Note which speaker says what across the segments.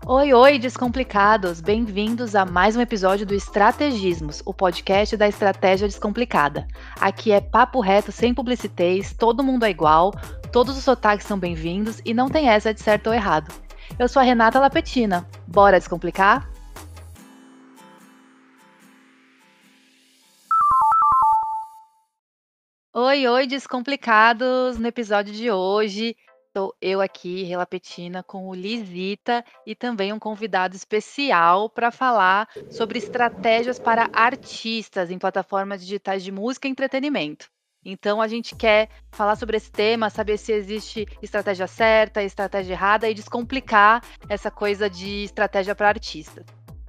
Speaker 1: Oi, oi, descomplicados! Bem-vindos a mais um episódio do Estrategismos, o podcast da estratégia descomplicada. Aqui é papo reto, sem publicitez, todo mundo é igual, todos os sotaques são bem-vindos e não tem essa de certo ou errado. Eu sou a Renata Lapetina. Bora descomplicar? Oi, oi, descomplicados! No episódio de hoje, estou eu aqui, Rela Petina, com o Lisita e também um convidado especial para falar sobre estratégias para artistas em plataformas digitais de música e entretenimento. Então, a gente quer falar sobre esse tema, saber se existe estratégia certa, estratégia errada e descomplicar essa coisa de estratégia para artistas.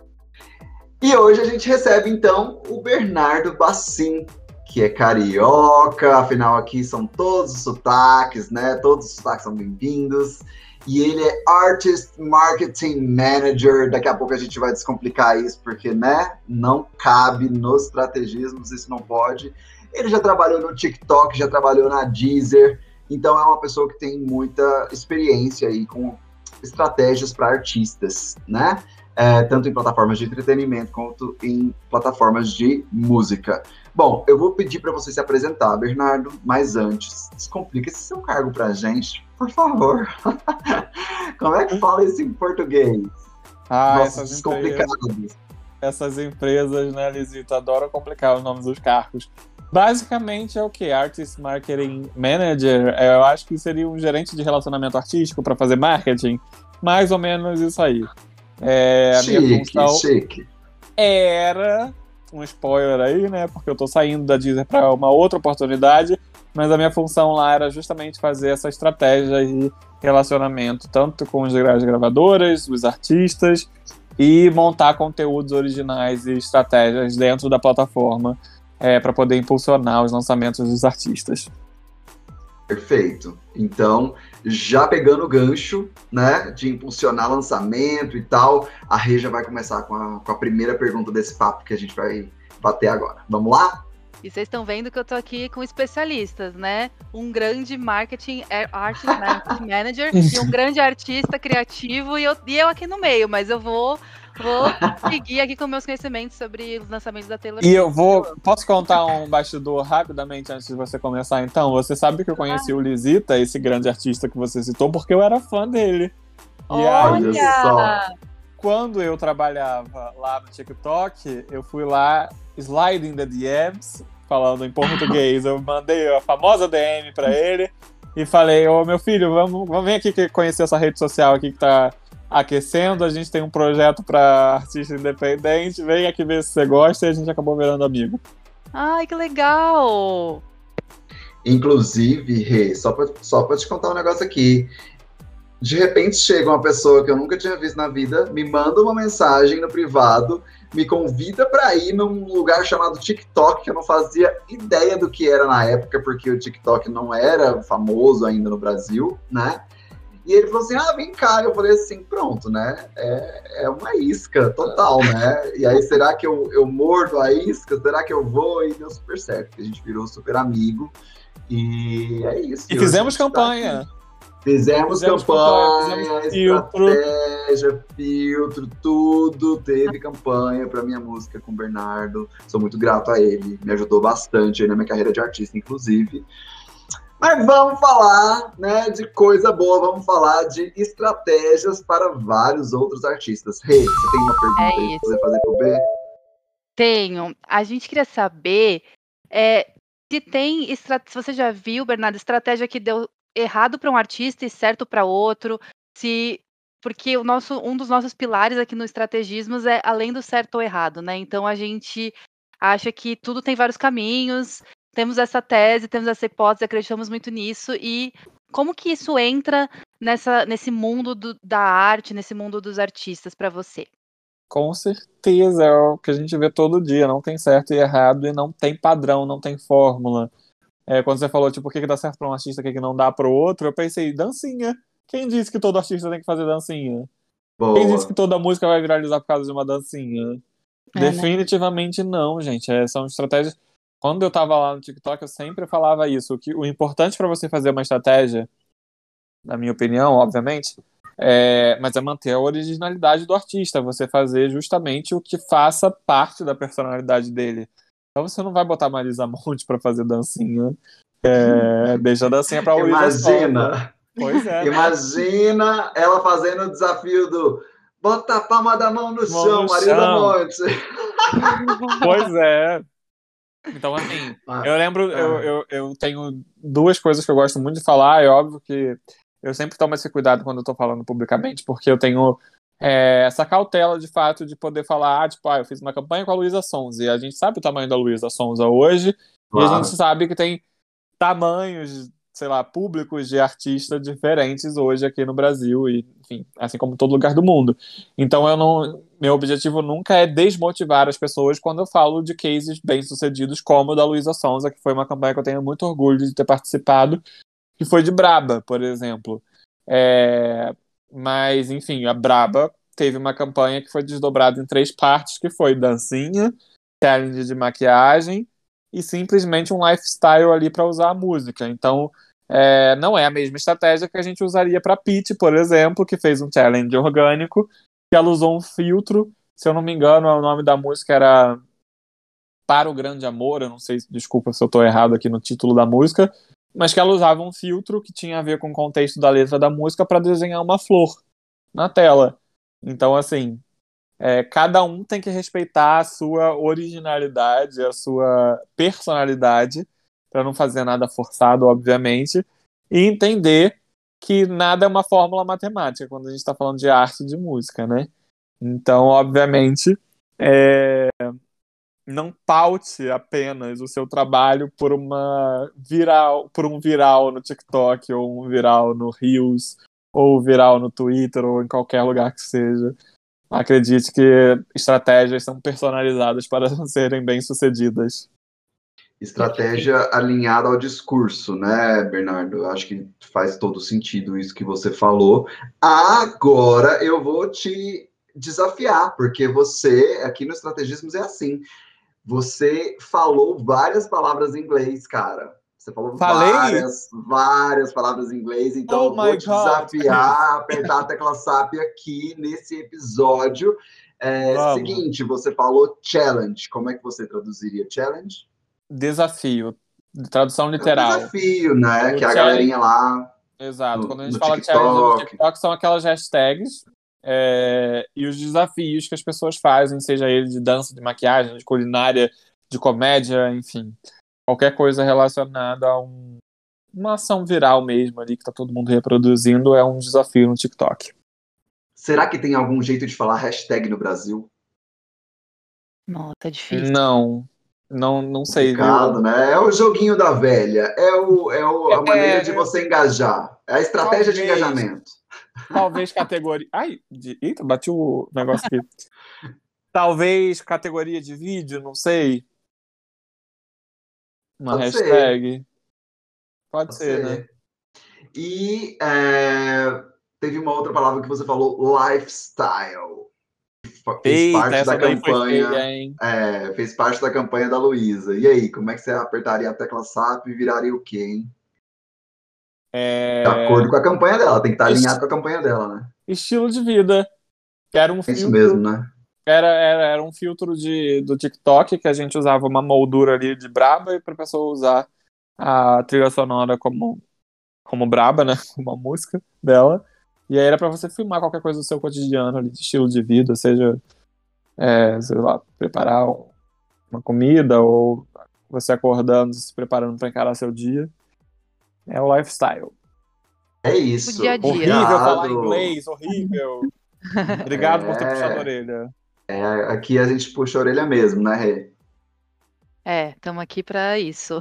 Speaker 2: E hoje a gente recebe, então, o Bernardo Bassim, que é carioca, afinal aqui são todos os sotaques, né? Todos os sotaques são bem-vindos. E ele é Artist Marketing Manager. Daqui a pouco a gente vai descomplicar isso, porque, né? Não cabe nos estrategismos, isso não pode. Ele já trabalhou no TikTok, já trabalhou na Deezer, então é uma pessoa que tem muita experiência aí com estratégias para artistas, né? Tanto em plataformas de entretenimento quanto em plataformas de música. Bom, eu vou pedir para você se apresentar, Bernardo, mas antes, descomplica esse seu cargo para a gente, por favor. Como é que fala isso em português?
Speaker 3: Nossa, essas empresas, né, Lisita, adoram complicar os nomes dos cargos. Basicamente é o que? Artist Marketing Manager, eu acho que seria um gerente de relacionamento artístico para fazer marketing, mais ou menos isso aí. A minha função
Speaker 2: chique.
Speaker 3: era um spoiler aí, né? Porque eu tô saindo da Deezer para uma outra oportunidade, mas a minha função lá era justamente fazer essa estratégia de relacionamento, tanto com as gravadoras, os artistas, e montar conteúdos originais e estratégias dentro da plataforma para poder impulsionar os lançamentos dos artistas.
Speaker 2: Perfeito. Então, já pegando o gancho, né, de impulsionar lançamento e tal, a Rê já vai começar com a primeira pergunta desse papo que a gente vai bater agora. Vamos lá?
Speaker 1: E vocês estão vendo que eu tô aqui com especialistas, né? Um grande artist manager e um grande artista criativo e eu aqui no meio, mas eu vou seguir aqui com meus conhecimentos sobre os lançamentos da Taylor Swift.
Speaker 3: E posso contar um bastidor rapidamente antes de você começar, então? Você sabe que eu conheci o Lisita, esse grande artista que você citou, porque eu era fã dele.
Speaker 1: Olha!
Speaker 3: E aí, quando eu trabalhava lá no TikTok, eu fui lá, sliding the DMs, falando em português, eu mandei a famosa DM pra ele e falei, meu filho, vamos vir aqui conhecer essa rede social aqui que tá aquecendo, a gente tem um projeto para artista independente, vem aqui ver se você gosta, e a gente acabou virando amigo.
Speaker 1: Ai, que legal!
Speaker 2: Inclusive, Rê, só pra te contar um negócio aqui, de repente chega uma pessoa que eu nunca tinha visto na vida, me manda uma mensagem no privado, me convida para ir num lugar chamado TikTok, que eu não fazia ideia do que era na época, porque o TikTok não era famoso ainda no Brasil, né? E ele falou assim, vem cá. Eu falei assim, pronto, né? É uma isca total, né? E aí, será que eu mordo a isca? Será que eu vou? E deu super certo, porque a gente virou super amigo. E é isso.
Speaker 3: E fizemos campanha.
Speaker 2: Fizemos campanha, estratégia, filtro, tudo. Teve campanha para minha música com o Bernardo. Sou muito grato a ele. Me ajudou bastante aí na minha carreira de artista, inclusive. Mas vamos falar, né, de coisa boa, vamos falar de estratégias para vários outros artistas. Rê, você tem uma pergunta aí para poder fazer pro B?
Speaker 1: Tenho. A gente queria saber se você já viu, Bernardo, estratégia que deu errado para um artista e certo para outro, porque um dos nossos pilares aqui no Estrategismos é além do certo ou errado, né? Então a gente acha que tudo tem vários caminhos, temos essa tese, temos essa hipótese, acreditamos muito nisso, e como que isso entra nesse mundo da arte, nesse mundo dos artistas para você?
Speaker 3: Com certeza, é o que a gente vê todo dia, não tem certo e errado, e não tem padrão, não tem fórmula. Quando você falou, tipo, o que dá certo para um artista, o que não dá para o outro, eu pensei, dancinha. Quem disse que todo artista tem que fazer dancinha?
Speaker 2: Boa.
Speaker 3: Quem disse que toda música vai viralizar por causa de uma dancinha? Definitivamente não, gente. São estratégias. Quando eu tava lá no TikTok, eu sempre falava isso, que o importante para você fazer uma estratégia, na minha opinião, obviamente, Mas é manter a originalidade do artista, você fazer justamente o que faça parte da personalidade dele. Então você não vai botar Marisa Monte pra fazer dancinha. Deixa a dancinha pra Luísa Sonza.
Speaker 2: Imagina!
Speaker 3: Pois é,
Speaker 2: Imagina ela fazendo o desafio do bota a palma da mão no chão, Marisa Monte.
Speaker 3: Pois é. Então, assim, eu lembro, eu tenho duas coisas que eu gosto muito de falar. É óbvio que eu sempre tomo esse cuidado quando eu tô falando publicamente, porque eu tenho essa cautela, de fato, de poder falar, eu fiz uma campanha com a Luísa Sonza, e a gente sabe o tamanho da Luísa Sonza hoje, claro. E a gente sabe que tem tamanhos, sei lá, públicos de artistas diferentes hoje aqui no Brasil, e, enfim, assim como em todo lugar do mundo. Então, meu objetivo nunca é desmotivar as pessoas quando eu falo de cases bem-sucedidos como o da Luísa Sonza, que foi uma campanha que eu tenho muito orgulho de ter participado, que foi de Braba, por exemplo. Mas, enfim, a Braba teve uma campanha que foi desdobrada em 3 partes, que foi dancinha, challenge de maquiagem e simplesmente um lifestyle ali para usar a música. Então, não é a mesma estratégia que a gente usaria para Pitty, por exemplo, que fez um challenge orgânico, que ela usou um filtro, se eu não me engano, o nome da música era Para o Grande Amor, eu não sei, desculpa se eu estou errado aqui no título da música, mas que ela usava um filtro que tinha a ver com o contexto da letra da música para desenhar uma flor na tela. Então, assim, cada um tem que respeitar a sua originalidade, a sua personalidade, para não fazer nada forçado, obviamente, e entender que nada é uma fórmula matemática quando a gente está falando de arte e de música, né? Então, obviamente, não paute apenas o seu trabalho por um viral no TikTok, ou um viral no Reels, ou viral no Twitter, ou em qualquer lugar que seja. Acredite que estratégias são personalizadas para serem bem-sucedidas.
Speaker 2: Estratégia alinhada ao discurso, né, Bernardo? Eu acho que faz todo sentido isso que você falou. Agora eu vou te desafiar, porque você, aqui no Estrategismos, é assim. Você falou várias palavras em inglês, cara. Você falou várias palavras em inglês, então eu vou te desafiar a apertar a tecla SAP aqui nesse episódio. Seguinte, você falou challenge. Como é que você traduziria challenge?
Speaker 3: Desafio. Tradução literal.
Speaker 2: Desafio, né? Que a galerinha lá.
Speaker 3: Exato. Quando a gente fala challenge no TikTok, são aquelas hashtags e os desafios que as pessoas fazem, seja ele de dança, de maquiagem, de culinária, de comédia, enfim. Qualquer coisa relacionada a uma ação viral mesmo ali, que tá todo mundo reproduzindo, é um desafio no TikTok.
Speaker 2: Será que tem algum jeito de falar hashtag no Brasil?
Speaker 1: Não, tá difícil.
Speaker 3: Não sei,
Speaker 2: viu? Né? É o joguinho da velha, a maneira de você engajar, é a estratégia de engajamento.
Speaker 3: Talvez categoria... Eita, bati o negócio aqui. Talvez categoria de vídeo, não sei. Uma hashtag. Pode ser, né?
Speaker 2: E teve uma outra palavra que você falou, lifestyle. Fez parte da campanha. Fez parte da campanha da Luísa. E aí, como é que você apertaria a tecla SAP e viraria o quê, hein? De acordo com a campanha dela, tem que estar alinhado com a campanha dela, né?
Speaker 3: Estilo de vida. Que era um filtro,
Speaker 2: isso mesmo, né?
Speaker 3: Era um filtro do TikTok, que a gente usava uma moldura ali de Braba, e para a pessoa usar a trilha sonora como Braba, né? Uma música dela. E aí era para você filmar qualquer coisa do seu cotidiano ali, de estilo de vida, seja, sei lá, preparar uma comida, ou você acordando, se preparando para encarar seu dia. É o lifestyle.
Speaker 2: É isso.
Speaker 1: O dia a dia.
Speaker 3: Horrível falar inglês, horrível. Obrigado por ter puxado a orelha.
Speaker 2: Aqui a gente puxa a orelha mesmo, né, Rê?
Speaker 1: Estamos aqui para isso.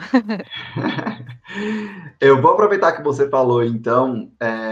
Speaker 2: Eu vou aproveitar que você falou, então,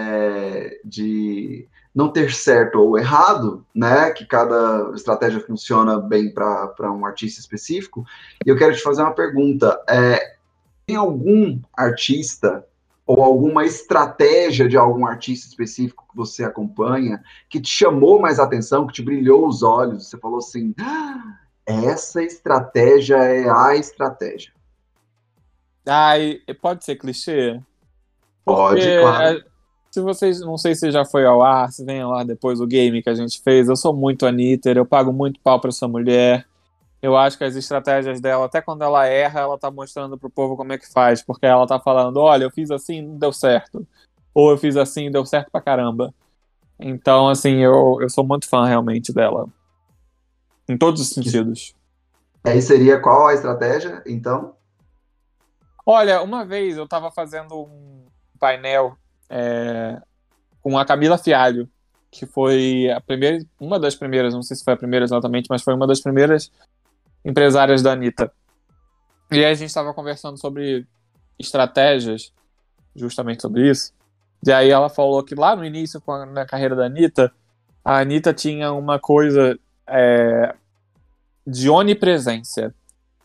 Speaker 2: de não ter certo ou errado, né? Que cada estratégia funciona bem para um artista específico. E eu quero te fazer uma pergunta. Tem algum artista ou alguma estratégia de algum artista específico que você acompanha que te chamou mais atenção, que te brilhou os olhos? Você falou assim, essa estratégia é a estratégia.
Speaker 3: Pode ser clichê?
Speaker 2: Pode, claro.
Speaker 3: Se vocês, não sei se já foi ao ar, se vem ao ar depois o game que a gente fez, eu sou muito Anitta, eu pago muito pau pra essa mulher. Eu acho que as estratégias dela, até quando ela erra, ela tá mostrando pro povo como é que faz, porque ela tá falando, olha, eu fiz assim, não deu certo. Ou eu fiz assim, deu certo pra caramba. Então, assim, eu sou muito fã realmente dela. Em todos os sentidos.
Speaker 2: Aí seria qual a estratégia, então?
Speaker 3: Olha, uma vez eu tava fazendo um painel com a Camila Fialho, que foi uma das primeiras, não sei se foi a primeira exatamente, mas foi uma das primeiras empresárias da Anitta. E aí a gente estava conversando sobre estratégias, justamente sobre isso. E aí ela falou que lá no início, na carreira da Anitta, a Anitta tinha uma coisa de onipresença.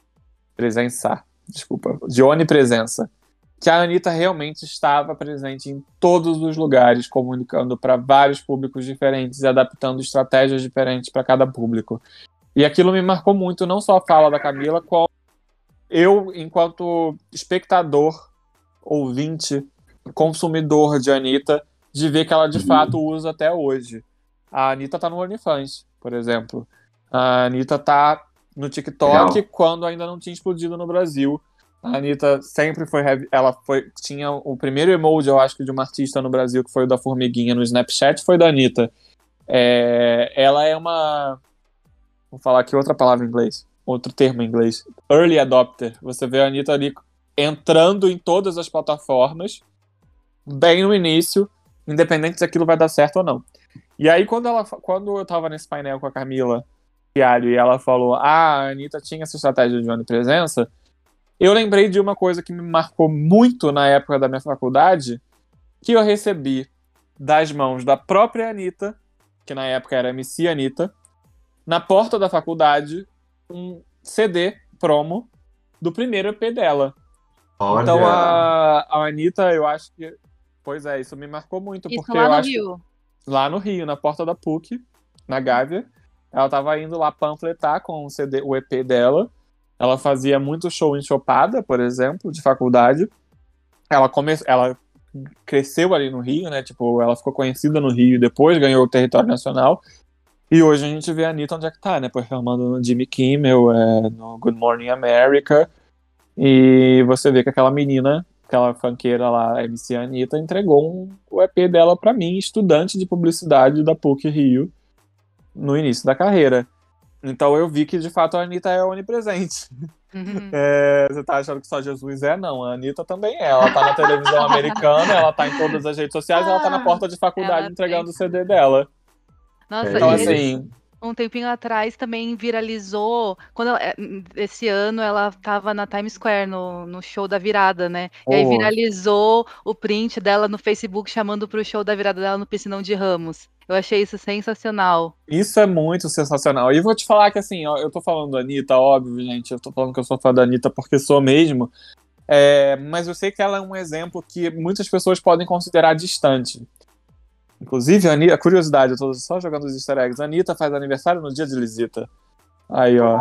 Speaker 3: De onipresença. Que a Anitta realmente estava presente em todos os lugares, comunicando para vários públicos diferentes e adaptando estratégias diferentes para cada público. E aquilo me marcou muito, não só a fala da Camila, como eu, enquanto espectador, ouvinte, consumidor de Anitta, de ver que ela de fato usa até hoje. A Anitta tá no OnlyFans, por exemplo. A Anitta tá no TikTok. Legal. Quando ainda não tinha explodido no Brasil. A Anitta sempre tinha o primeiro emoji, eu acho que de uma artista no Brasil, que foi o da formiguinha no Snapchat, foi da Anitta. Ela é uma... Vou falar aqui outra palavra em inglês. Outro termo em inglês. Early adopter. Você vê a Anitta ali entrando em todas as plataformas, bem no início, independente se aquilo vai dar certo ou não. E aí, quando eu tava nesse painel com a Camila Fialho e ela falou, a Anitta tinha essa estratégia de onipresença, eu lembrei de uma coisa que me marcou muito na época da minha faculdade, que eu recebi das mãos da própria Anitta, que na época era MC Anitta, na porta da faculdade, um CD promo do primeiro EP dela. Olha. Então a Anitta, eu acho que... Pois é, isso me marcou muito.
Speaker 1: Isso
Speaker 3: porque
Speaker 1: lá
Speaker 3: eu
Speaker 1: no
Speaker 3: acho
Speaker 1: Rio?
Speaker 3: Lá no Rio, na porta da PUC, na Gávea. Ela tava indo lá panfletar com o EP dela. Ela fazia muito show em Chopada, por exemplo, de faculdade. Ela cresceu ali no Rio, né? Tipo, ela ficou conhecida no Rio e depois ganhou o território nacional. E hoje a gente vê a Anitta onde é que tá, né? Performando no Jimmy Kimmel, no Good Morning America. E você vê que aquela menina, aquela funkeira lá, a MC Anitta, entregou o EP dela pra mim, estudante de publicidade da PUC Rio, no início da carreira. Então eu vi que, de fato, a Anitta é onipresente. Você tá achando que só Jesus é? Não, a Anitta também é. Ela tá na televisão americana, ela tá em todas as redes sociais, ela tá na porta de faculdade entregando o CD dela.
Speaker 1: Nossa,
Speaker 3: então, assim...
Speaker 1: Um tempinho atrás também viralizou, esse ano ela tava na Times Square, no show da virada, né? E aí viralizou o print dela no Facebook chamando pro show da virada dela no Piscinão de Ramos. Eu achei isso sensacional.
Speaker 3: Isso é muito sensacional. E vou te falar que, assim, ó, eu tô falando da Anitta, óbvio, gente, eu tô falando que eu sou fã da Anitta porque sou mesmo, mas eu sei que ela é um exemplo que muitas pessoas podem considerar distante. Inclusive, a curiosidade, eu tô só jogando os easter eggs. A Anitta faz aniversário no dia de Lisita. Aí, ó.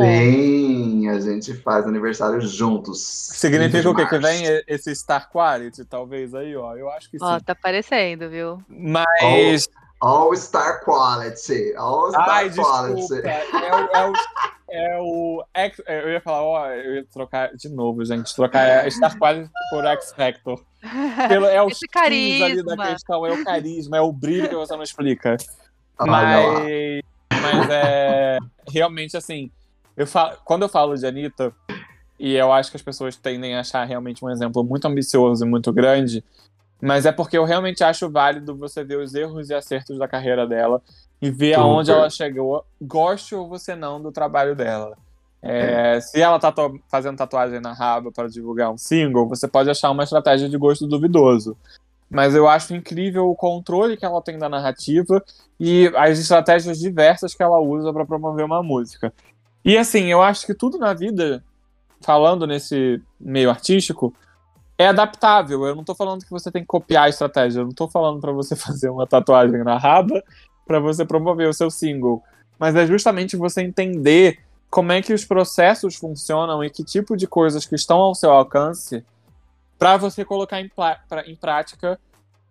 Speaker 2: Sim, a gente faz aniversário juntos.
Speaker 3: Significa o quê? Que vem esse Star Quality, talvez, aí, ó. Eu acho que sim.
Speaker 1: Ó, tá aparecendo, viu?
Speaker 3: Mas...
Speaker 2: All Star Quality. All Star Quality.
Speaker 3: Eu ia falar, eu ia trocar de novo, gente. Trocar Star Quality por X Factor. É o
Speaker 1: esse carisma
Speaker 3: ali da questão, é o carisma, é o brilho que você não explica. Mas realmente, assim, quando eu falo de Anitta, e eu acho que as pessoas tendem a achar realmente um exemplo muito ambicioso e muito grande, mas é porque eu realmente acho válido você ver os erros e acertos da carreira dela e ver aonde ela chegou, goste ou você não do trabalho dela. Se ela tá fazendo tatuagem na raba para divulgar um single, você pode achar uma estratégia de gosto duvidoso. Mas eu acho incrível o controle que ela tem da narrativa e as estratégias diversas que ela usa para promover uma música. E assim, eu acho que tudo na vida, falando nesse meio artístico, é adaptável. Eu não tô falando que você tem que copiar a estratégia, eu não tô falando para você fazer uma tatuagem na raba para você promover o seu single. Mas é justamente você entender como é que os processos funcionam e que tipo de coisas que estão ao seu alcance para você colocar em prática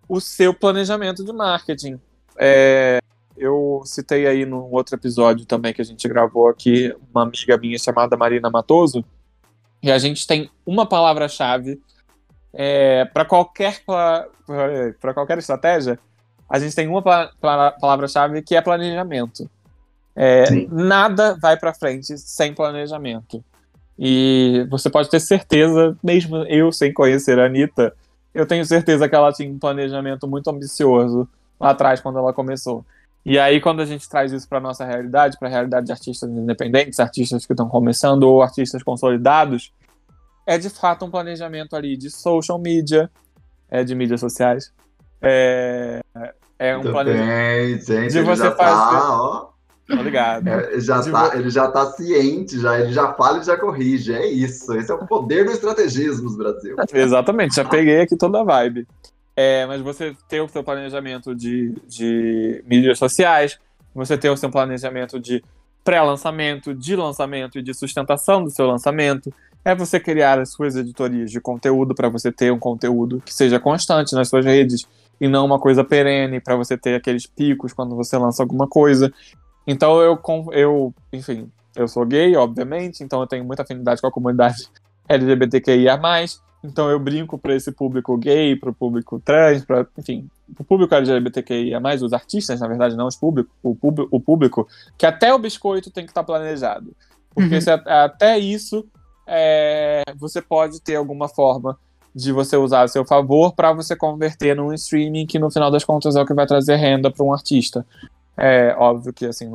Speaker 3: o seu planejamento de marketing. Eu citei aí num outro episódio também que a gente gravou aqui, uma amiga minha chamada Marina Matoso, e a gente tem uma palavra-chave para qualquer estratégia, a gente tem uma palavra-chave que é planejamento. Nada vai para frente sem planejamento. E você pode ter certeza, mesmo eu sem conhecer a Anitta, eu tenho certeza que ela tinha um planejamento muito ambicioso lá atrás, quando ela começou. E aí, quando a gente traz isso para nossa realidade, para a realidade de artistas independentes, artistas que estão começando ou artistas consolidados, é de fato um planejamento ali de social media, de mídias sociais. É um planejamento
Speaker 2: gente,
Speaker 3: de
Speaker 2: ele
Speaker 3: você
Speaker 2: já
Speaker 3: fazer.
Speaker 2: tá, ó.
Speaker 3: Obrigado.
Speaker 2: Ele já tá ciente, ele já fala e já corrige. É isso. Esse é o poder do estrategismo no Brasil.
Speaker 3: Exatamente, já peguei aqui toda a vibe. Mas você ter o seu planejamento de mídias sociais, você ter o seu planejamento de pré-lançamento, de lançamento e de sustentação do seu lançamento, você criar as suas editorias de conteúdo para você ter um conteúdo que seja constante nas suas redes e não uma coisa perene, para você ter aqueles picos quando você lança alguma coisa. Então enfim, eu sou gay, obviamente, então eu tenho muita afinidade com a comunidade LGBTQIA+, então eu brinco para esse público gay, para o público trans, enfim, o público LGBTQIA+, os artistas, na verdade, não o público, que até o biscoito tem que estar planejado. Porque até isso, você pode ter alguma forma de você usar a seu favor para você converter num streaming que, no final das contas, é o que vai trazer renda para um artista. Óbvio que, assim,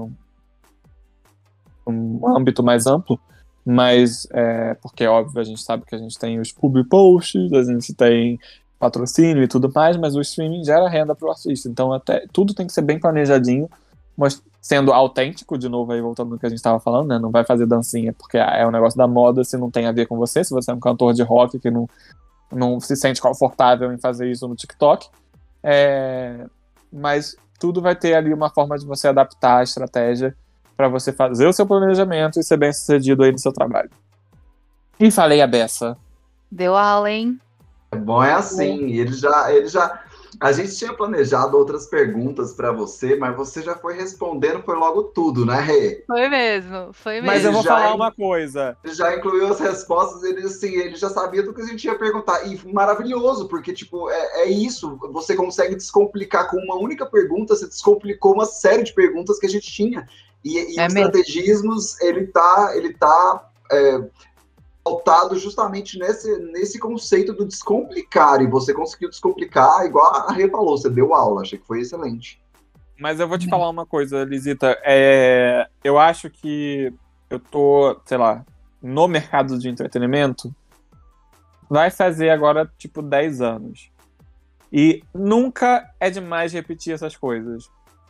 Speaker 3: num âmbito mais amplo, mas porque, óbvio, a gente sabe que a gente tem os public posts, a gente tem patrocínio e tudo mais, mas o streaming gera renda para o artista, então tudo tem que ser bem planejadinho, mas sendo autêntico, de novo, aí voltando no que a gente estava falando, né? Não vai fazer dancinha porque é um negócio da moda, se não tem a ver com você, se você é um cantor de rock que não se sente confortável em fazer isso no TikTok, mas tudo vai ter ali uma forma de você adaptar a estratégia para você fazer o seu planejamento e ser bem sucedido aí no seu trabalho. E falei a beça.
Speaker 1: Deu aula, hein?
Speaker 2: Bom, é assim, ele já... A gente tinha planejado outras perguntas para você, mas você já foi respondendo, foi logo tudo, né, Rê?
Speaker 1: Foi mesmo.
Speaker 3: Mas eu vou falar uma coisa.
Speaker 2: Ele já incluiu as respostas, ele já sabia do que a gente ia perguntar. E maravilhoso, porque, tipo, é isso. Você consegue descomplicar com uma única pergunta, você descomplicou uma série de perguntas que a gente tinha. E os estrategismos, ele tá pautado justamente nesse conceito do descomplicar, e você conseguiu descomplicar igual a Rê falou, você deu aula, achei que foi excelente.
Speaker 3: Mas eu vou te falar uma coisa, Lisita, eu acho que eu tô, sei lá, no mercado de entretenimento, vai fazer agora, tipo, 10 anos. E nunca é demais repetir essas coisas.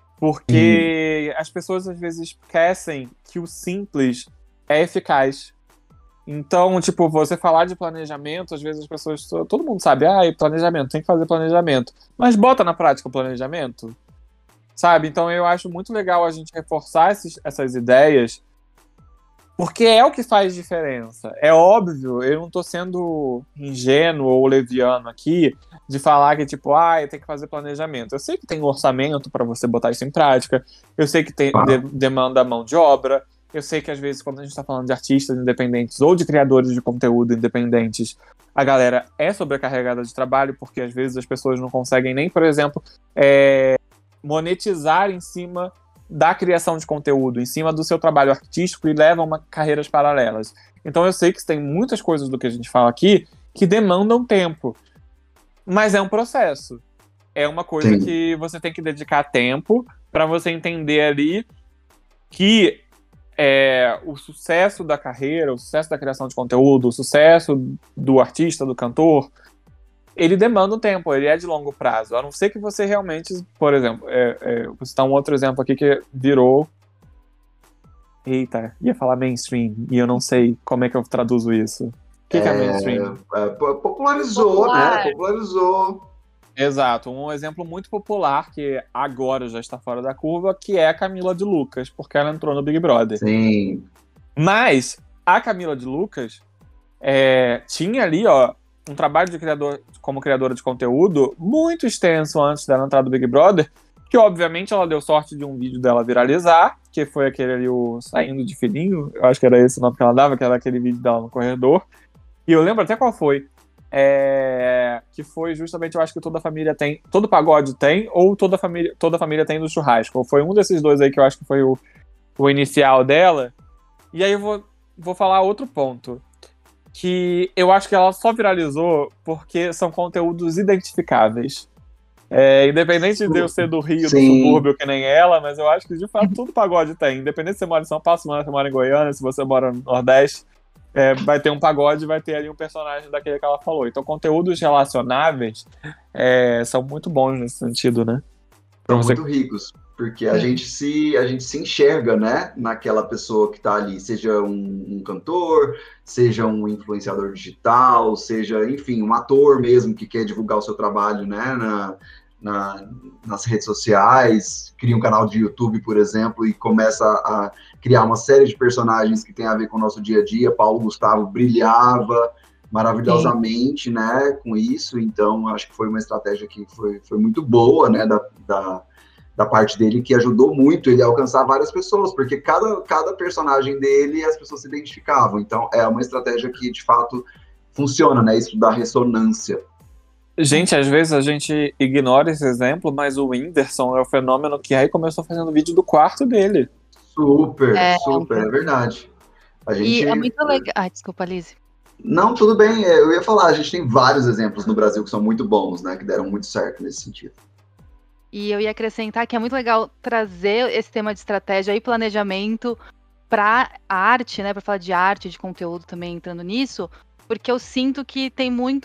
Speaker 3: Porque as pessoas, às vezes, esquecem que o simples é eficaz. Então, tipo, você falar de planejamento, às vezes as pessoas... Todo mundo sabe, planejamento, tem que fazer planejamento. Mas bota na prática o planejamento, sabe? Então eu acho muito legal a gente reforçar essas ideias, porque é o que faz diferença. É óbvio, eu não tô sendo ingênuo ou leviano aqui de falar que, tipo, tem que fazer planejamento. Eu sei que tem orçamento para você botar isso em prática, eu sei que demanda mão de obra, eu sei que às vezes quando a gente tá falando de artistas independentes ou de criadores de conteúdo independentes, a galera é sobrecarregada de trabalho, porque às vezes as pessoas não conseguem nem, por exemplo, monetizar em cima da criação de conteúdo, em cima do seu trabalho artístico, e levam carreiras paralelas. Então eu sei que tem muitas coisas do que a gente fala aqui que demandam tempo, mas é um processo. É uma coisa que você tem que dedicar tempo para você entender ali que o sucesso da carreira, o sucesso da criação de conteúdo, o sucesso do artista, do cantor, ele demanda um tempo, ele é de longo prazo. A não ser que você realmente, por exemplo, vou citar um outro exemplo aqui que virou... Eita, ia falar mainstream, e eu não sei como é que eu traduzo isso. O que é mainstream?
Speaker 2: Popularizou, né? Popularizou.
Speaker 3: Exato, um exemplo muito popular, que agora já está fora da curva, que é a Camila de Lucas, porque ela entrou no Big Brother.
Speaker 2: Sim.
Speaker 3: Mas a Camila de Lucas tinha ali, um trabalho como criadora de conteúdo muito extenso antes dela entrar do Big Brother, que obviamente ela deu sorte de um vídeo dela viralizar, que foi aquele ali, o Saindo de Fininho, eu acho que era esse o nome que ela dava, que era aquele vídeo dela no corredor. E eu lembro até qual foi. Que foi justamente, eu acho que toda família tem, todo pagode tem, ou toda família tem no churrasco. Foi um desses dois aí que eu acho que foi o inicial dela. E aí eu vou falar outro ponto. Que eu acho que ela só viralizou porque são conteúdos identificáveis. Independente de eu ser do Rio, do subúrbio, que nem ela, mas eu acho que de fato todo pagode tem. Independente se você mora em São Paulo, se você mora em Goiânia, se você mora no Nordeste, vai ter um pagode, vai ter ali um personagem daquele que ela falou. Então conteúdos relacionáveis são muito bons nesse sentido, né?
Speaker 2: São muito ricos. Porque a gente se enxerga, né, naquela pessoa que está ali, seja um cantor, seja um influenciador digital, seja, enfim, um ator mesmo que quer divulgar o seu trabalho, né, nas redes sociais, cria um canal de YouTube, por exemplo, e começa a criar uma série de personagens que tem a ver com o nosso dia a dia. Paulo Gustavo brilhava maravilhosamente, né, com isso. Então, acho que foi uma estratégia que foi muito boa, né, da parte dele, que ajudou muito ele a alcançar várias pessoas, porque cada personagem dele as pessoas se identificavam. Então, é uma estratégia que, de fato, funciona, né? Isso dá ressonância.
Speaker 3: Gente, às vezes a gente ignora esse exemplo, mas o Whindersson é o fenômeno que aí começou fazendo vídeo do quarto dele.
Speaker 2: Super, é verdade.
Speaker 1: E é muito legal... Ai, desculpa, Liz.
Speaker 2: Não, tudo bem. Eu ia falar, a gente tem vários exemplos no Brasil que são muito bons, né? Que deram muito certo nesse sentido.
Speaker 1: E eu ia acrescentar que é muito legal trazer esse tema de estratégia e planejamento para a arte, né? Para falar de arte, de conteúdo também entrando nisso, porque eu sinto que tem muito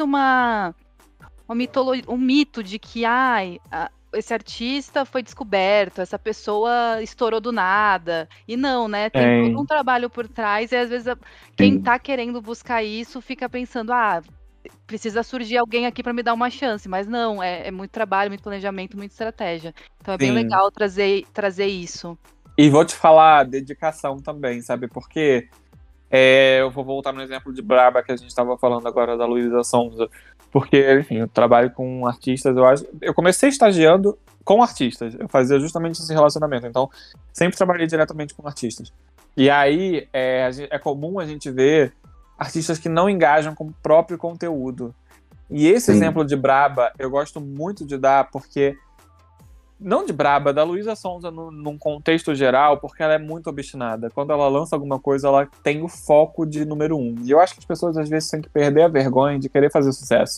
Speaker 1: um mito de que esse artista foi descoberto, essa pessoa estourou do nada. E não, né? Tem todo um trabalho por trás, e às vezes quem tá querendo buscar isso fica pensando, precisa surgir alguém aqui para me dar uma chance, mas não, é muito trabalho, muito planejamento, muita estratégia. Então é bem legal trazer isso.
Speaker 3: E vou te falar, dedicação também, sabe? Porque eu vou voltar no exemplo de Braba que a gente estava falando agora da Luísa Sonza, porque, enfim, eu trabalho com artistas, eu comecei estagiando com artistas, eu fazia justamente esse relacionamento, então sempre trabalhei diretamente com artistas. E aí é comum a gente ver artistas que não engajam com o próprio conteúdo. E esse exemplo de Braba, eu gosto muito de dar, porque... Não de Braba, da Luísa Sonza num contexto geral, porque ela é muito obstinada. Quando ela lança alguma coisa, ela tem o foco de número 1. E eu acho que as pessoas, às vezes, têm que perder a vergonha de querer fazer sucesso.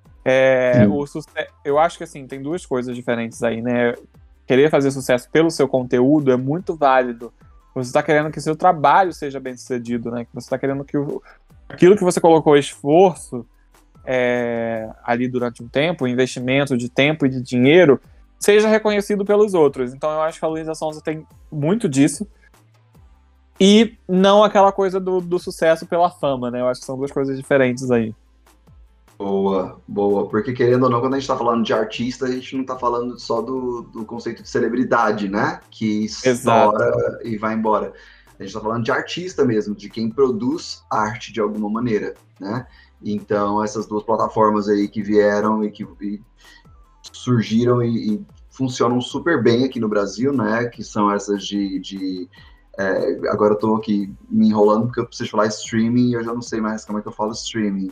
Speaker 3: Eu acho que, assim, tem duas coisas diferentes aí, né? Querer fazer sucesso pelo seu conteúdo é muito válido. Você está querendo que seu trabalho seja bem sucedido, né? Você está querendo que aquilo que você colocou esforço ali durante um tempo, investimento de tempo e de dinheiro, seja reconhecido pelos outros. Então eu acho que a Luísa Sonza tem muito disso. E não aquela coisa do sucesso pela fama, né? Eu acho que são duas coisas diferentes aí.
Speaker 2: Boa. Porque, querendo ou não, quando a gente tá falando de artista, a gente não tá falando só do conceito de celebridade, né? Que estoura e vai embora. A gente tá falando de artista mesmo, de quem produz arte de alguma maneira, né? Então, essas duas plataformas aí que vieram e que surgiram e funcionam super bem aqui no Brasil, né? Que são essas agora eu tô aqui me enrolando porque eu preciso falar streaming e eu já não sei mais como é que eu falo streaming.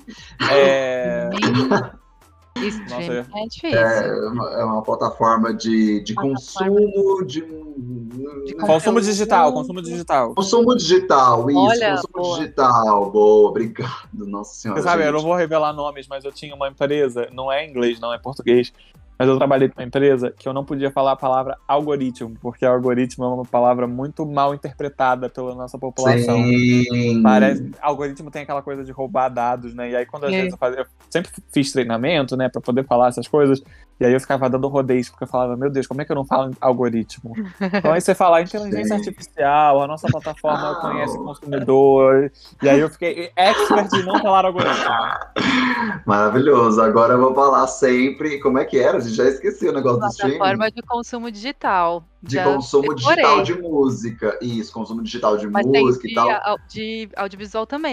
Speaker 1: Streaming é difícil.
Speaker 2: É uma plataforma de consumo de
Speaker 3: consumo digital.
Speaker 2: Consumo digital, isso.
Speaker 1: Olha,
Speaker 2: consumo digital. Boa, obrigado. Nossa senhora.
Speaker 3: Você sabe, eu não vou revelar nomes, mas eu tinha uma empresa, não é inglês, não é português, mas eu trabalhei com uma empresa que eu não podia falar a palavra algoritmo, porque algoritmo é uma palavra muito mal interpretada pela nossa população. Algoritmo tem aquela coisa de roubar dados, né? E aí quando às vezes eu sempre fiz treinamento, né, pra poder falar essas coisas, e aí eu ficava dando rodeios, porque eu falava, meu Deus, como é que eu não falo algoritmo? Então aí você fala inteligência artificial, a nossa plataforma conhece consumidor, e aí eu fiquei expert em não falar algoritmo.
Speaker 2: Maravilhoso, agora eu vou falar sempre, como é que era? Já esqueci o negócio do streaming.
Speaker 1: Plataforma de consumo digital.
Speaker 2: Consumo digital de música. Isso, consumo digital de música e tal.
Speaker 1: De audiovisual também, né?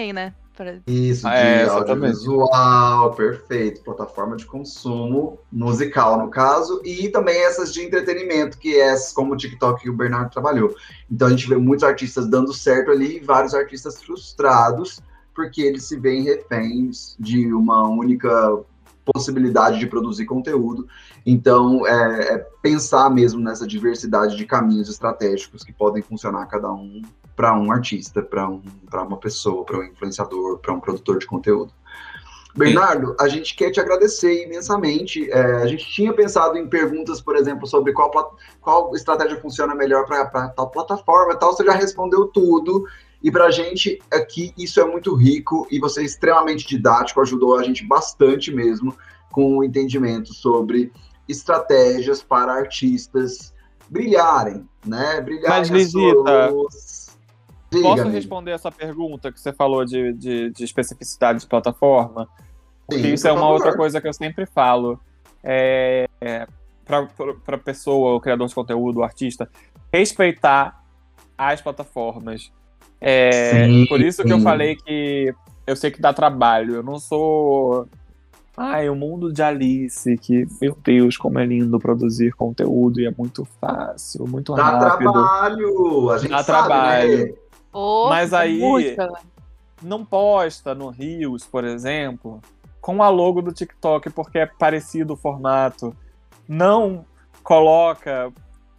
Speaker 2: Isso, de
Speaker 3: exatamente.
Speaker 2: audiovisual, perfeito. Plataforma de consumo musical, no caso, e também essas de entretenimento, que é essas como o TikTok que o Bernardo trabalhou. Então a gente vê muitos artistas dando certo ali e vários artistas frustrados, porque eles se veem reféns de uma única possibilidade de produzir conteúdo. Então, pensar mesmo nessa diversidade de caminhos estratégicos que podem funcionar cada um para um artista, para uma pessoa, para um influenciador, para um produtor de conteúdo. Bernardo, a gente quer te agradecer imensamente. A gente tinha pensado em perguntas, por exemplo, sobre qual estratégia funciona melhor para tal plataforma e tal. Você já respondeu tudo. E para a gente aqui, isso é muito rico e você é extremamente didático, ajudou a gente bastante mesmo com o entendimento sobre estratégias para artistas brilharem, né? Brilharem.
Speaker 3: Mas, Lisita, posso
Speaker 2: amigo.
Speaker 3: responder essa pergunta que você falou de especificidade de plataforma? Porque
Speaker 2: Sim,
Speaker 3: isso é uma outra coisa que eu sempre falo. Para a pessoa, o criador de conteúdo, o artista, respeitar as plataformas. Por isso que eu falei que eu sei que dá trabalho. Eu não sou... o mundo de Alice, que, meu Deus, como é lindo produzir conteúdo e é muito fácil, muito rápido.
Speaker 2: Dá trabalho, a gente
Speaker 3: dá
Speaker 2: sabe,
Speaker 3: trabalho.
Speaker 2: Né?
Speaker 3: Mas aí, não posta no Reels, por exemplo, com a logo do TikTok, porque é parecido o formato. Não coloca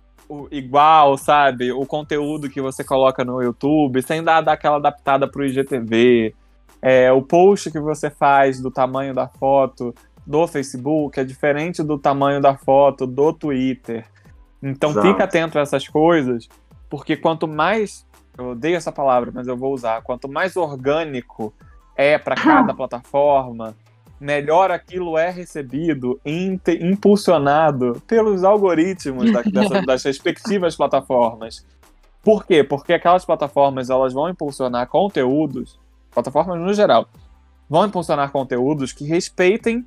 Speaker 3: igual, sabe? O conteúdo que você coloca no YouTube, sem dar aquela adaptada pro IGTV. O post que você faz do tamanho da foto do Facebook é diferente do tamanho da foto do Twitter. Então,
Speaker 2: Exato.
Speaker 3: Fica atento a essas coisas, porque quanto mais, eu odeio essa palavra, mas eu vou usar, quanto mais orgânico é para cada plataforma, melhor aquilo é recebido e impulsionado pelos algoritmos das respectivas plataformas. Por quê? Porque aquelas plataformas elas vão impulsionar conteúdos, plataformas no geral, vão impulsionar conteúdos que respeitem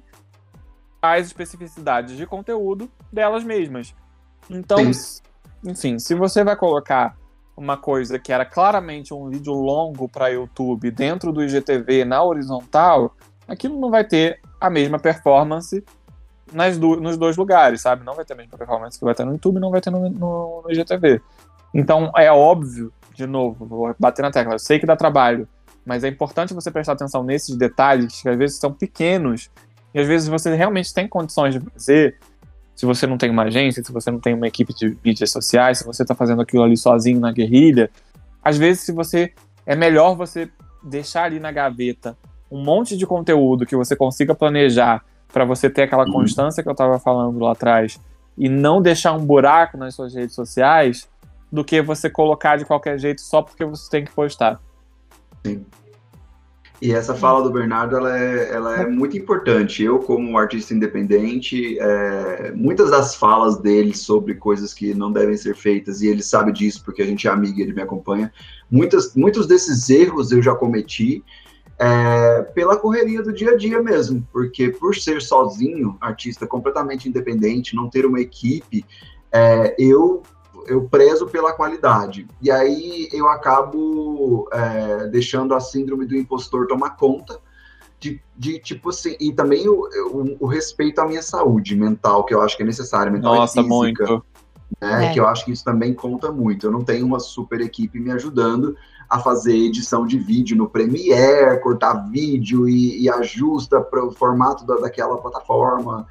Speaker 3: as especificidades de conteúdo delas mesmas. Então, enfim, se você vai colocar uma coisa que era claramente um vídeo longo para YouTube dentro do IGTV na horizontal, aquilo não vai ter a mesma performance nos dois lugares, sabe? Não vai ter a mesma performance que vai ter no YouTube e não vai ter no IGTV. Então, é óbvio, de novo, vou bater na tecla, eu sei que dá trabalho, mas é importante você prestar atenção nesses detalhes, que às vezes são pequenos, e às vezes você realmente tem condições de fazer, se você não tem uma agência, se você não tem uma equipe de mídias sociais, se você está fazendo aquilo ali sozinho na guerrilha, às vezes é melhor você deixar ali na gaveta um monte de conteúdo que você consiga planejar para você ter aquela constância que eu estava falando lá atrás e não deixar um buraco nas suas redes sociais do que você colocar de qualquer jeito só porque você tem que postar.
Speaker 2: Sim. E essa fala do Bernardo, ela é muito importante. Eu, como artista independente, muitas das falas dele sobre coisas que não devem ser feitas, e ele sabe disso porque a gente é amigo e ele me acompanha, muitos desses erros eu já cometi pela correria do dia a dia mesmo, porque por ser sozinho, artista completamente independente, não ter uma equipe, eu prezo pela qualidade. E aí eu acabo deixando a síndrome do impostor tomar conta de tipo assim, e também o respeito à minha saúde mental, que eu acho que é necessário, mental e física. Muito. Que eu acho que isso também conta muito. Eu não tenho uma super equipe me ajudando a fazer edição de vídeo no Premiere, cortar vídeo e ajusta para o formato daquela plataforma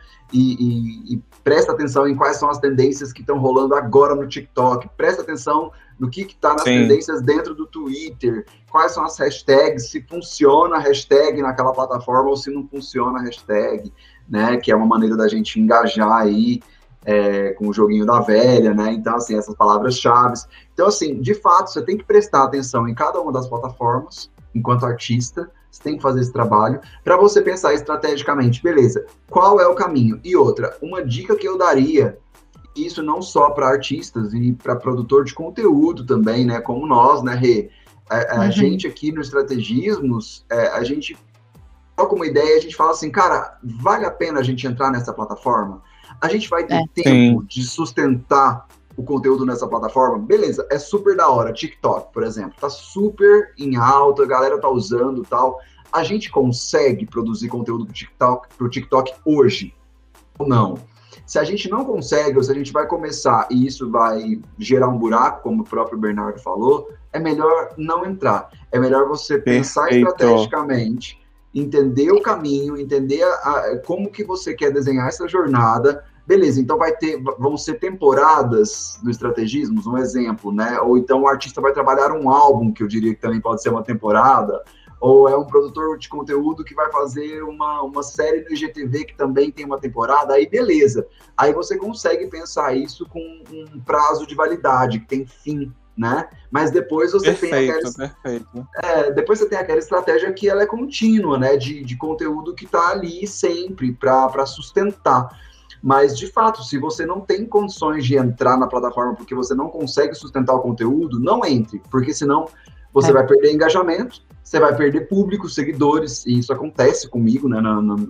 Speaker 2: e presta atenção em quais são as tendências que estão rolando agora no TikTok, presta atenção no que está nas tendências dentro do Twitter, quais são as hashtags, se funciona a hashtag naquela plataforma ou se não funciona a hashtag, né, que é uma maneira da gente engajar aí com o joguinho da velha, né? Então, assim, essas palavras-chave. Então, assim, de fato, você tem que prestar atenção em cada uma das plataformas, enquanto artista, você tem que fazer esse trabalho, para você pensar estrategicamente, beleza, qual é o caminho? E outra, uma dica que eu daria, isso não só para artistas e para produtor de conteúdo também, né? Como nós, né, Rê? A gente aqui no Estrategismos, a gente coloca uma ideia, a gente fala assim, cara, vale a pena a gente entrar nessa plataforma? A gente vai ter tempo de sustentar o conteúdo nessa plataforma, beleza, é super da hora. TikTok, por exemplo, tá super em alta, a galera tá usando e tal. A gente consegue produzir conteúdo pro TikTok hoje ou não? Se a gente não consegue, ou se a gente vai começar e isso vai gerar um buraco, como o próprio Bernardo falou, é melhor não entrar. É melhor você pensar estrategicamente, entender o caminho, entender como que você quer desenhar essa jornada. Beleza, então vão ser temporadas do Estrategismos, um exemplo, né? Ou então o artista vai trabalhar um álbum, que eu diria que também pode ser uma temporada, ou é um produtor de conteúdo que vai fazer uma série do IGTV que também tem uma temporada, aí beleza. Aí você consegue pensar isso com um prazo de validade, que tem fim, né? Mas depois você depois você tem aquela estratégia que ela é contínua, né? De conteúdo que está ali sempre para sustentar. Mas, de fato, se você não tem condições de entrar na plataforma porque você não consegue sustentar o conteúdo, não entre, porque senão você vai perder engajamento, você vai perder público, seguidores, e isso acontece comigo, né,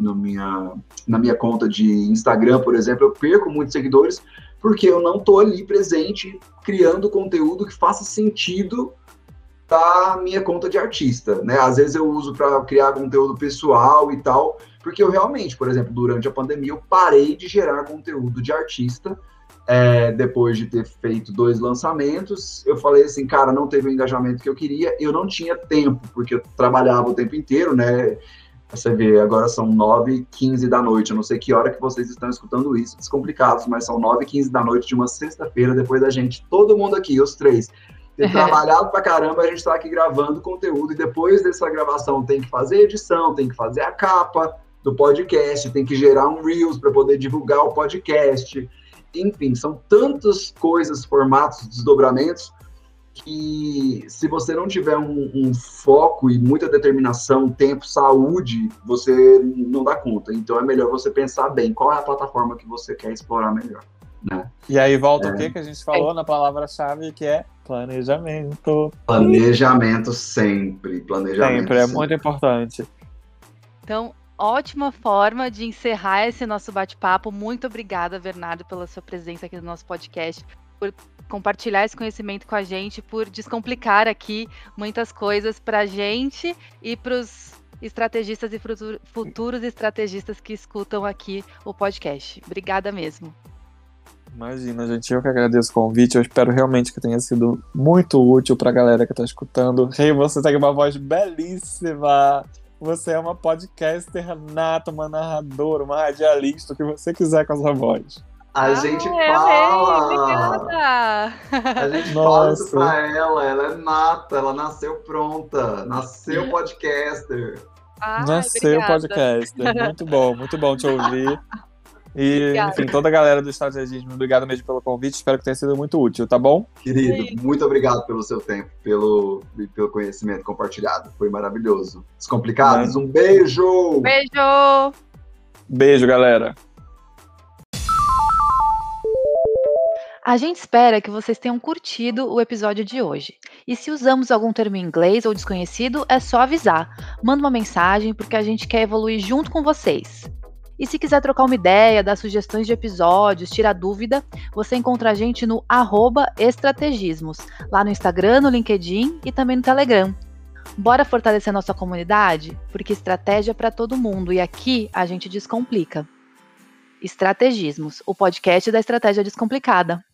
Speaker 2: na minha conta de Instagram, por exemplo, eu perco muitos seguidores porque eu não estou ali presente criando conteúdo que faça sentido da minha conta de artista, né? Às vezes eu uso para criar conteúdo pessoal e tal, porque eu realmente, por exemplo, durante a pandemia, eu parei de gerar conteúdo de artista. Depois de ter feito 2 lançamentos, eu falei assim, cara, não teve o engajamento que eu queria, eu não tinha tempo, porque eu trabalhava o tempo inteiro, né? Você vê, agora são 9h15 da noite, eu não sei que hora que vocês estão escutando isso, descomplicados, mas são 9h15 da noite de uma sexta-feira, depois da gente, todo mundo aqui, os 3, ter trabalhado pra caramba, a gente tá aqui gravando conteúdo, e depois dessa gravação tem que fazer edição, tem que fazer a capa do podcast, tem que gerar um Reels para poder divulgar o podcast. Enfim, são tantas coisas, formatos, desdobramentos, que se você não tiver um foco e muita determinação, tempo, saúde, você não dá conta. Então é melhor você pensar bem qual é a plataforma que você quer explorar melhor, né?
Speaker 3: E aí volta o que a gente falou na palavra-chave, que é planejamento.
Speaker 2: Planejamento sempre.
Speaker 3: Sempre, é muito importante.
Speaker 1: Então, ótima forma de encerrar esse nosso bate-papo. Muito obrigada, Bernardo, pela sua presença aqui no nosso podcast, por compartilhar esse conhecimento com a gente, por descomplicar aqui muitas coisas para a gente e para os estrategistas e futuros estrategistas que escutam aqui o podcast. Obrigada mesmo.
Speaker 3: Imagina, gente, eu que agradeço o convite. Eu espero realmente que tenha sido muito útil para a galera que está escutando. Rei, você tem uma voz belíssima. Você é uma podcaster nata, uma narradora, uma radialista, o que você quiser com essa voz.
Speaker 2: A gente fala!
Speaker 1: Obrigada!
Speaker 2: A gente fala isso pra ela é nata, ela nasceu pronta, nasceu podcaster.
Speaker 3: Nasceu podcaster, muito bom te ouvir. E, enfim, toda a galera do Estrategismo, obrigado mesmo pelo convite, espero que tenha sido muito útil, tá bom?
Speaker 2: Querido, muito obrigado pelo seu tempo, pelo conhecimento compartilhado, foi maravilhoso. Descomplicados, um beijo!
Speaker 1: Beijo!
Speaker 3: Beijo, galera!
Speaker 1: A gente espera que vocês tenham curtido o episódio de hoje. E se usamos algum termo em inglês ou desconhecido, é só avisar. Manda uma mensagem, porque a gente quer evoluir junto com vocês. E se quiser trocar uma ideia, dar sugestões de episódios, tirar dúvida, você encontra a gente no @estrategismos, lá no Instagram, no LinkedIn e também no Telegram. Bora fortalecer nossa comunidade? Porque estratégia é para todo mundo e aqui a gente descomplica. Estrategismos, o podcast da estratégia descomplicada.